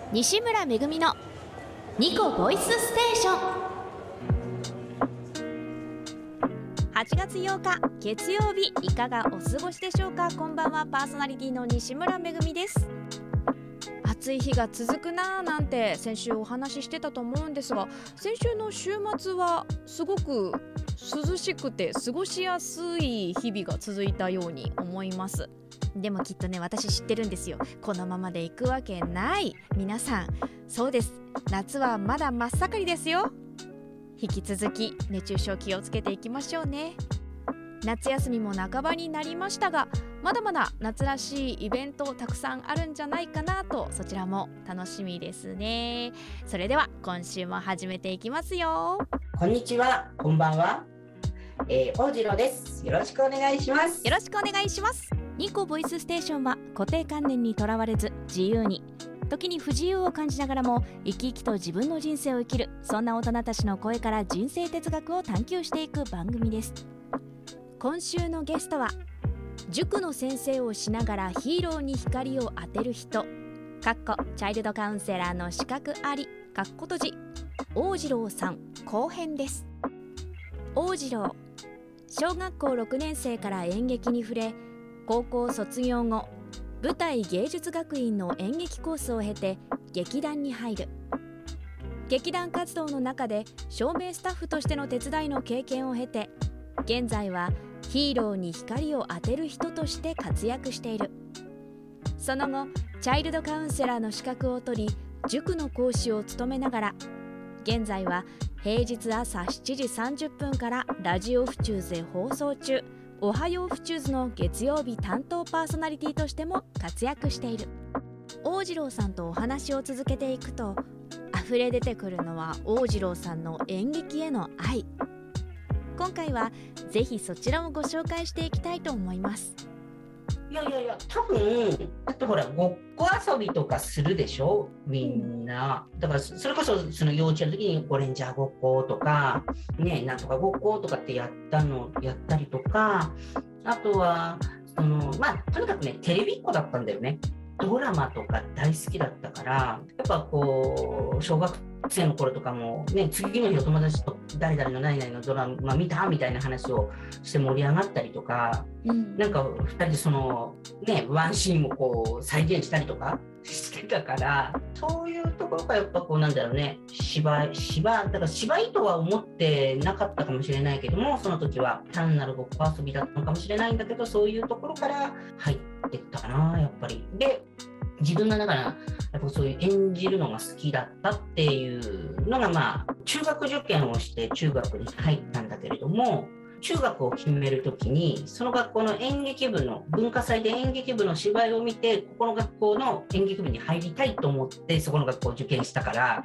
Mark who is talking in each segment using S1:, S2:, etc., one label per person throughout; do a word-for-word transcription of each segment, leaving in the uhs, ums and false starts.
S1: 西村めぐみのニコボイスステーション。はちがつようか月曜日、いかがお過ごしでしょうか。こんばんは、パーソナリティの西村めぐみです。暑い日が続くなーなんて先週お話ししてたと思うんですが、先週の週末はすごく涼しくて過ごしやすい日々が続いたように思います。でもきっとね、私知ってるんですよ。このままで行くわけない。皆さん、そうです。夏はまだ真っ盛りですよ。引き続き熱中症気をつけていきましょうね。夏休みも半ばになりましたが、まだまだ夏らしいイベントたくさんあるんじゃないかなと、そちらも楽しみですね。それでは今週も始めていきますよ。
S2: こんにちは、こんばんは、えー、大次郎です。よろしくお願いします。
S1: よろしくお願いします。ニコボイスステーションは固定観念にとらわれず、自由に、時に不自由を感じながらも生き生きと自分の人生を生きる、そんな大人たちの声から人生哲学を探求していく番組です。今週のゲストは、塾の先生をしながらヒーローに光を当てる人、かっこチャイルドカウンセラーの資格あり、かっこ閉じ、大次郎さん後編です。大次郎、小学校ろくねん生から演劇に触れ、高校卒業後、舞台芸術学院の演劇コースを経て劇団に入る。劇団活動の中で照明スタッフとしての手伝いの経験を経て、現在はヒーローに光を当てる人として活躍している。その後、チャイルドカウンセラーの資格を取り、塾の講師を務めながら、現在は平日朝しちじさんじゅっぷんからラジオフチューズで放送中、おはようフチューズの月曜日担当パーソナリティとしても活躍している。大次郎さんとお話を続けていくと、溢れ出てくるのは大次郎さんの演劇への愛。今回はぜひそちらもご紹介していきたいと思います。
S2: いやいやいや、多分だってほら、ごっこ遊びとかするでしょ、みんな。だからそれこそ、その幼稚園の時にゴレンジャーごっことかね、なんとかごっことかってやったのやったりとか、あとはそのまあとにかくね、テレビっ子だったんだよね。ドラマとか大好きだったから、やっぱこう小学生の頃とかもね、次の日お友達と誰々の何々のドラマ見たみたいな話をして盛り上がったりとか、うん、なんかふたりでそのね、ワンシーンをこう再現したりとかしてたから、そういうところがやっぱこうなんだろうね、芝居芝だから芝居とは思ってなかったかもしれないけども、その時は単なるごっこ遊びだったのかもしれないんだけど、そういうところから入ってったかな、やっぱり。で、自分がだからやっぱそういう演じるのが好きだったっていうのが、まあ中学受験をして中学に入ったんだけれども、中学を決めるときにその学校の演劇部の文化祭で演劇部の芝居を見て、ここの学校の演劇部に入りたいと思ってそこの学校を受験したから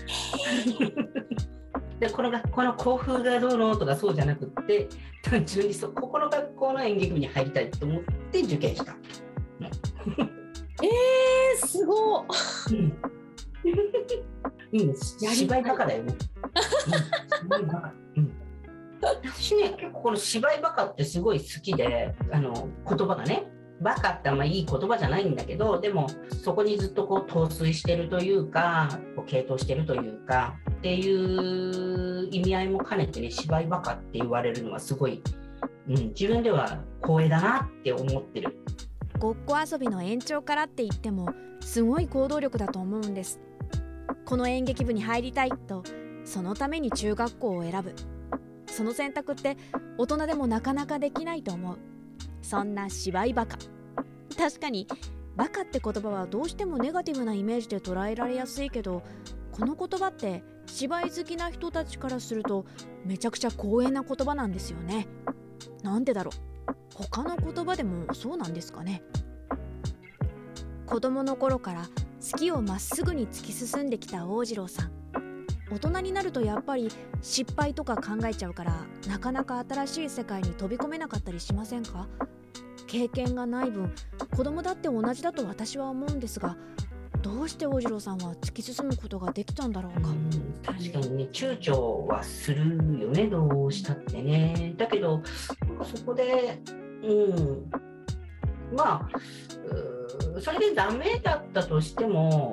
S2: で、この学校の校風がどうのとかそうじゃなくって、単純にそここの学校の演劇部に入りたいと思って受験した
S3: えー、すごっ、うん
S2: うん、芝居バカだよね、うん、芝居バカ、うん、私ね、結構この芝居バカってすごい好きで、あの言葉がね、バカってあんまいい言葉じゃないんだけど、でもそこにずっとこう陶酔してるというか、こう傾倒してるというかっていう意味合いも兼ねてね、芝居バカって言われるのはすごい、うん、自分では光栄だなって思ってる。
S1: ごっこ遊びの延長からって言ってもすごい行動力だと思うんです。この演劇部に入りたいと、そのために中学校を選ぶ、その選択って大人でもなかなかできないと思う。そんな芝居バカ、確かにバカって言葉はどうしてもネガティブなイメージで捉えられやすいけど、この言葉って芝居好きな人たちからするとめちゃくちゃ光栄な言葉なんですよね。なんでだろう、他の言葉でもそうなんですかね。子供の頃から好きをまっすぐに突き進んできた大次郎さん。大人になるとやっぱり失敗とか考えちゃうから、なかなか新しい世界に飛び込めなかったりしませんか？経験がない分、子供だって同じだと私は思うんですが、どうして大次郎さんは突き進むことができたんだろうか。うん、
S2: 確かにね、躊躇はするよね、どうしたってね。だけどなんかそこで、うん、まあそれでダメだったとしても、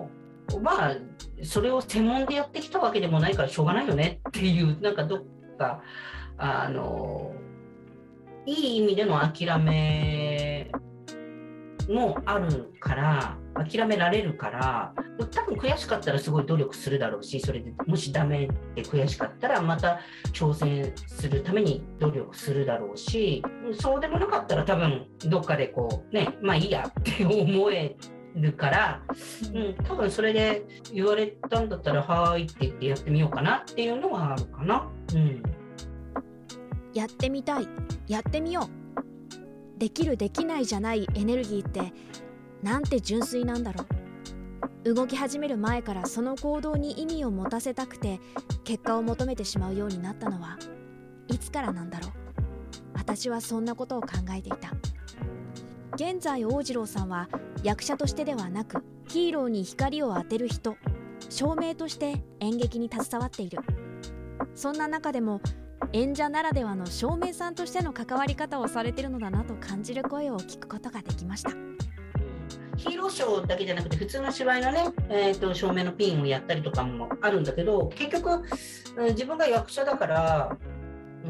S2: まあそれを専門でやってきたわけでもないからしょうがないよねっていう、なんかどっかあのいい意味での諦めもあるから、諦められるから、多分悔しかったらすごい努力するだろうし、それでもしダメで悔しかったらまた挑戦するために努力するだろうし、そうでもなかったら多分どっかでこうね、まあいいやって思えるから、うん、多分それで言われたんだったらはーいって言ってやってみようかなっていうのはあるかな。うん、
S1: やってみたい、やってみよう、できるできないじゃないエネルギーってなんて純粋なんだろう。動き始める前からその行動に意味を持たせたくて結果を求めてしまうようになったのはいつからなんだろう。私はそんなことを考えていた。現在大次郎さんは役者としてではなくヒーローに光を当てる人、照明として演劇に携わっている。そんな中でも演者ならではの照明さんとしての関わり方をされているのだなと感じる声を聞くことができました。
S2: ヒーローショーだけじゃなくて普通の芝居のね、えーと、照明のピンをやったりとかもあるんだけど、結局自分が役者だから、うん、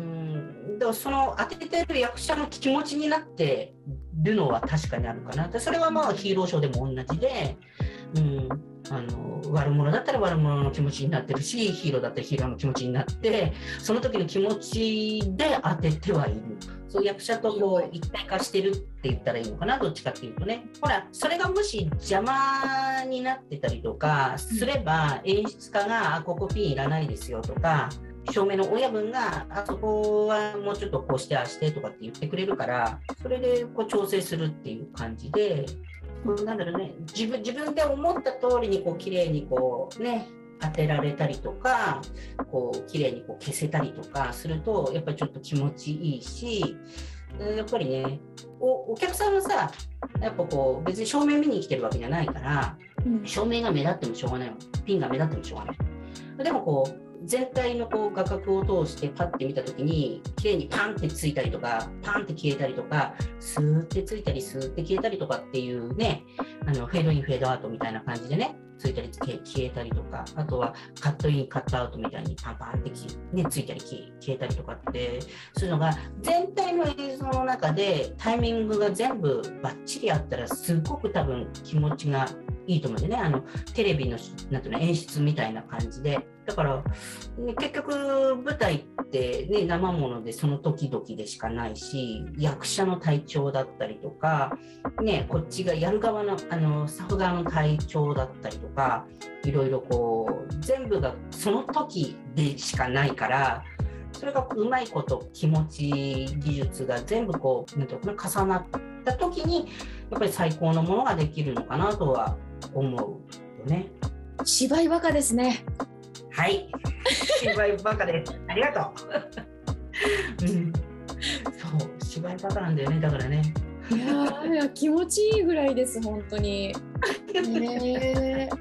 S2: だからその当ててる役者の気持ちになってるのは確かにあるかな。でそれはまあヒーローショーでも同じで、うん、あの悪者だったら悪者の気持ちになってるし、ヒーローだったらヒーローの気持ちになって、その時の気持ちで当ててはいる。そう役者とこう一体化してるって言ったらいいのかな、どっちかっていうとね。ほらそれがもし邪魔になってたりとかすれば、演出家があここピンいらないですよとか、照明の親分があそこはもうちょっとこうしてああしてとかって言ってくれるから、それでこう調整するっていう感じで、なんだろうね、自分自分で思った通りにこう綺麗にこうね当てられたりとか、こう綺麗にこう消せたりとかするとやっぱりちょっと気持ちいいし、やっぱりね お, お客さんはさ、やっぱこう別に照明見に来てるわけじゃないから、うん、照明が目立ってもしょうがないわ、ピンが目立ってもしょうがない。でもこう全体のこう画角を通してパッて見たときに綺麗にパンってついたりとかパンって消えたりとかスーってついたりスーって消えたりとかっていうね、あのフェードインフェードアウトみたいな感じでねついたり消えたりとか、あとはカットインカットアウトみたいにパンパンって、ね、ついたり消えたりとかってそういうのが全体の映像の中でタイミングが全部バッチリあったらすごく多分気持ちがいいと思うんでね、あのテレビのなんていうの演出みたいな感じで。だから、ね、結局舞台って、ね、生ものでその時々でしかないし、役者の体調だったりとか、ね、こっちがやる側の、あのスタッフ側の体調だったりとか、いろいろこう全部がその時でしかないから、それがうまいこと気持ち技術が全部こうなんていうのかな重なった時にやっぱり最高のものができるのかなとは思うよね。
S3: 芝居バカですね。
S2: はい、芝居バカです。ありがとう。うん、そう芝居バカなんだよね。だからね。
S3: いやいや気持ちいいぐらいです本当に。ね、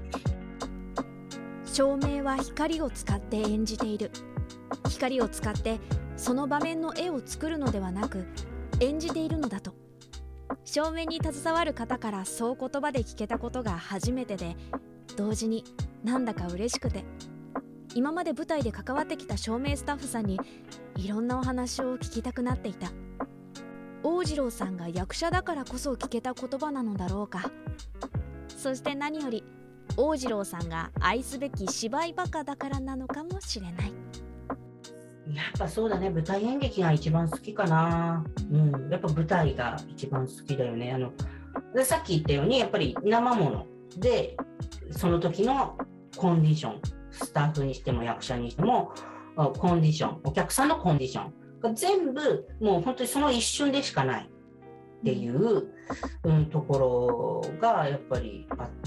S1: 照明は光を使って演じている。光を使ってその場面の絵を作るのではなく演じているのだと。照明に携わる方からそう言葉で聞けたことが初めてで、同時になんだか嬉しくて、今まで舞台で関わってきた照明スタッフさんにいろんなお話を聞きたくなっていた。大次郎さんが役者だからこそ聞けた言葉なのだろうか。そして何より大次郎さんが愛すべき芝居バカだからなのかもしれない。
S2: やっぱそうだね、舞台演劇が一番好きかな。うん、やっぱ舞台が一番好きだよね。あのでさっき言ったようにやっぱり生ものでその時のコンディション、スタッフにしても役者にしてもコンディション、お客さんのコンディションが全部もう本当にその一瞬でしかないっていう、うん、ところがやっぱりあって、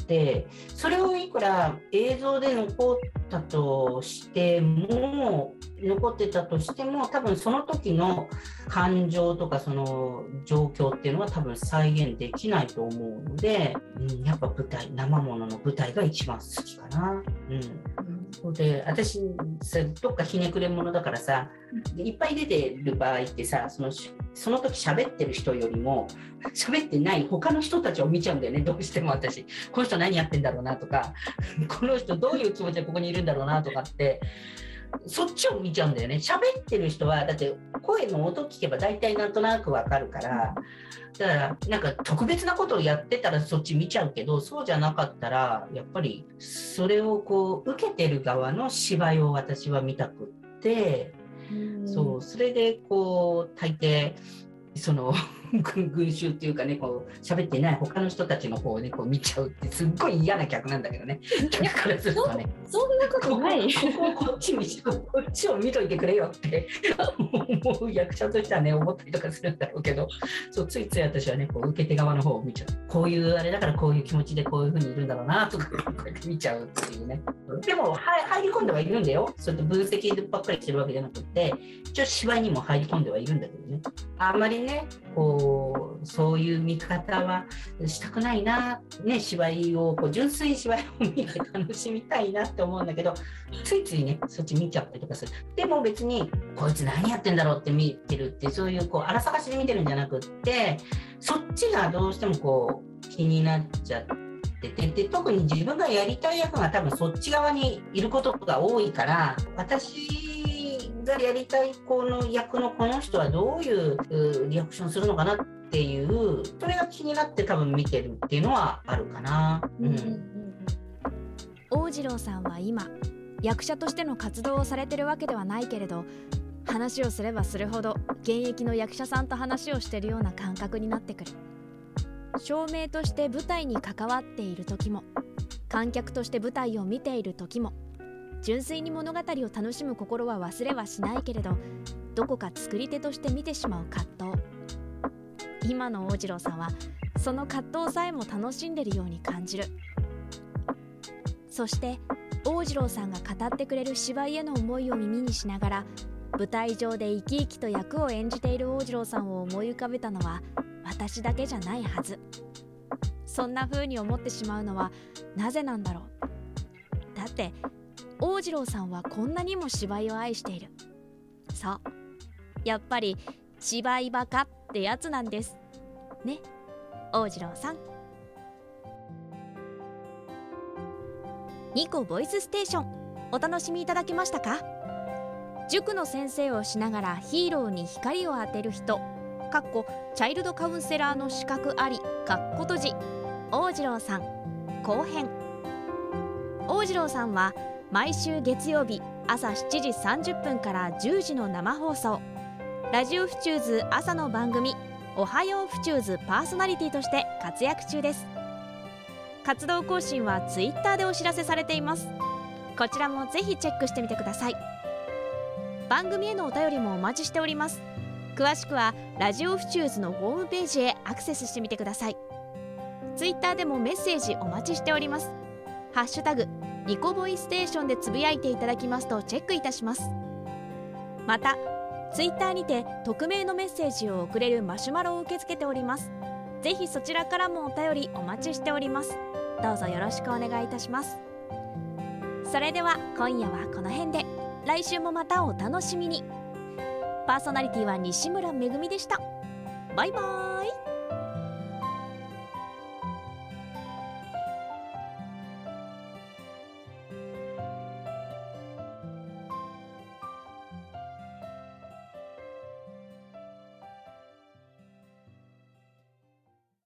S2: それをいくら映像で残ったとしても残ってたとしても多分その時の感情とかその状況っていうのは多分再現できないと思うので、うん、やっぱ舞台生ものの舞台が一番好きかな。うん、 で私さどっかひねくれ者だからさ、いっぱい出てる場合ってさ、そのその時喋ってる人よりも喋ってない他の人たちを見ちゃうんだよね、どうしても私。この人何やってんだろうなとか、この人どういう気持ちでここにいるんだろうなとかって、そっちを見ちゃうんだよね。喋ってる人はだって声の音聞けば大体なんとなくわかるから、だからなんか特別なことをやってたらそっち見ちゃうけど、そうじゃなかったらやっぱりそれをこう受けてる側の芝居を私は見たくって、そうそれでこう大抵その群衆っていうかね、こう喋ってない他の人たちの方をねこう見ちゃうってすっごい嫌な客なんだけどね。客からするとね。
S3: そんなことない。
S2: こここっち見こっちを見といてくれよって思う役者としてはね思ったりとかするんだろうけど、そうついつい私はねこう受け手側の方を見ちゃう。こういうあれだからこういう気持ちでこういう風にいるんだろうなとかこうやって見ちゃうっていうね。でもは入り込んではいるんだよ。それと分析ばっかりしてるわけじゃなくて、一応芝居にも入り込んではいるんだけどね。あんまりねこうそういう見方はしたくないな、ね、芝居をこう純粋に芝居を見て楽しみたいなって思うんだけど、ついついねそっち見ちゃったりとかする。でも別にこいつ何やってんだろうって見てるって、そういうこう荒探しで見てるんじゃなくって、そっちがどうしてもこう気になっちゃってて、で特に自分がやりたい役が多分そっち側にいることが多いから、私がやりたいこの役のこの人はどういうリアクションするのかなっていう、それが気になって多分見てるっていうのはあるかな。うんうん、
S1: 大次郎さんは今役者としての活動をされてるわけではないけれど、話をすればするほど現役の役者さんと話をしているような感覚になってくる。照明として舞台に関わっている時も、観客として舞台を見ている時も、純粋に物語を楽しむ心は忘れはしないけれど、どこか作り手として見てしまう葛藤。今の大次郎さんはその葛藤さえも楽しんでいるように感じる。そして大次郎さんが語ってくれる芝居への思いを耳にしながら、舞台上で生き生きと役を演じている大次郎さんを思い浮かべたのは私だけじゃないはず。そんな風に思ってしまうのはなぜなんだろう。だって大次郎さんはこんなにも芝居を愛している。そう、やっぱり芝居バカってやつなんですね、大次郎さん。ニコボイスステーション、お楽しみいただけましたか？塾の先生をしながらヒーローに光を当てる人、かっこチャイルドカウンセラーの資格あり、かっこ閉じ、大次郎さん後編。大次郎さんは毎週月曜日朝しちじさんじゅっぷんからじゅうじの生放送、ラジオフチューズ朝の番組おはようフチューズパーソナリティとして活躍中です。活動更新はツイッターでお知らせされています。こちらもぜひチェックしてみてください。番組へのお便りもお待ちしております。詳しくはラジオフチューズのホームページへアクセスしてみてください。ツイッターでもメッセージお待ちしております。ハッシュタグニコボイステーションでつぶやいていただきますとチェックいたします。またツイッターにて匿名のメッセージを送れるマシュマロを受け付けております。ぜひそちらからもお便りお待ちしております。どうぞよろしくお願いいたします。それでは今夜はこの辺で、来週もまたお楽しみに。パーソナリティは西村めぐみでした。バイバーイ。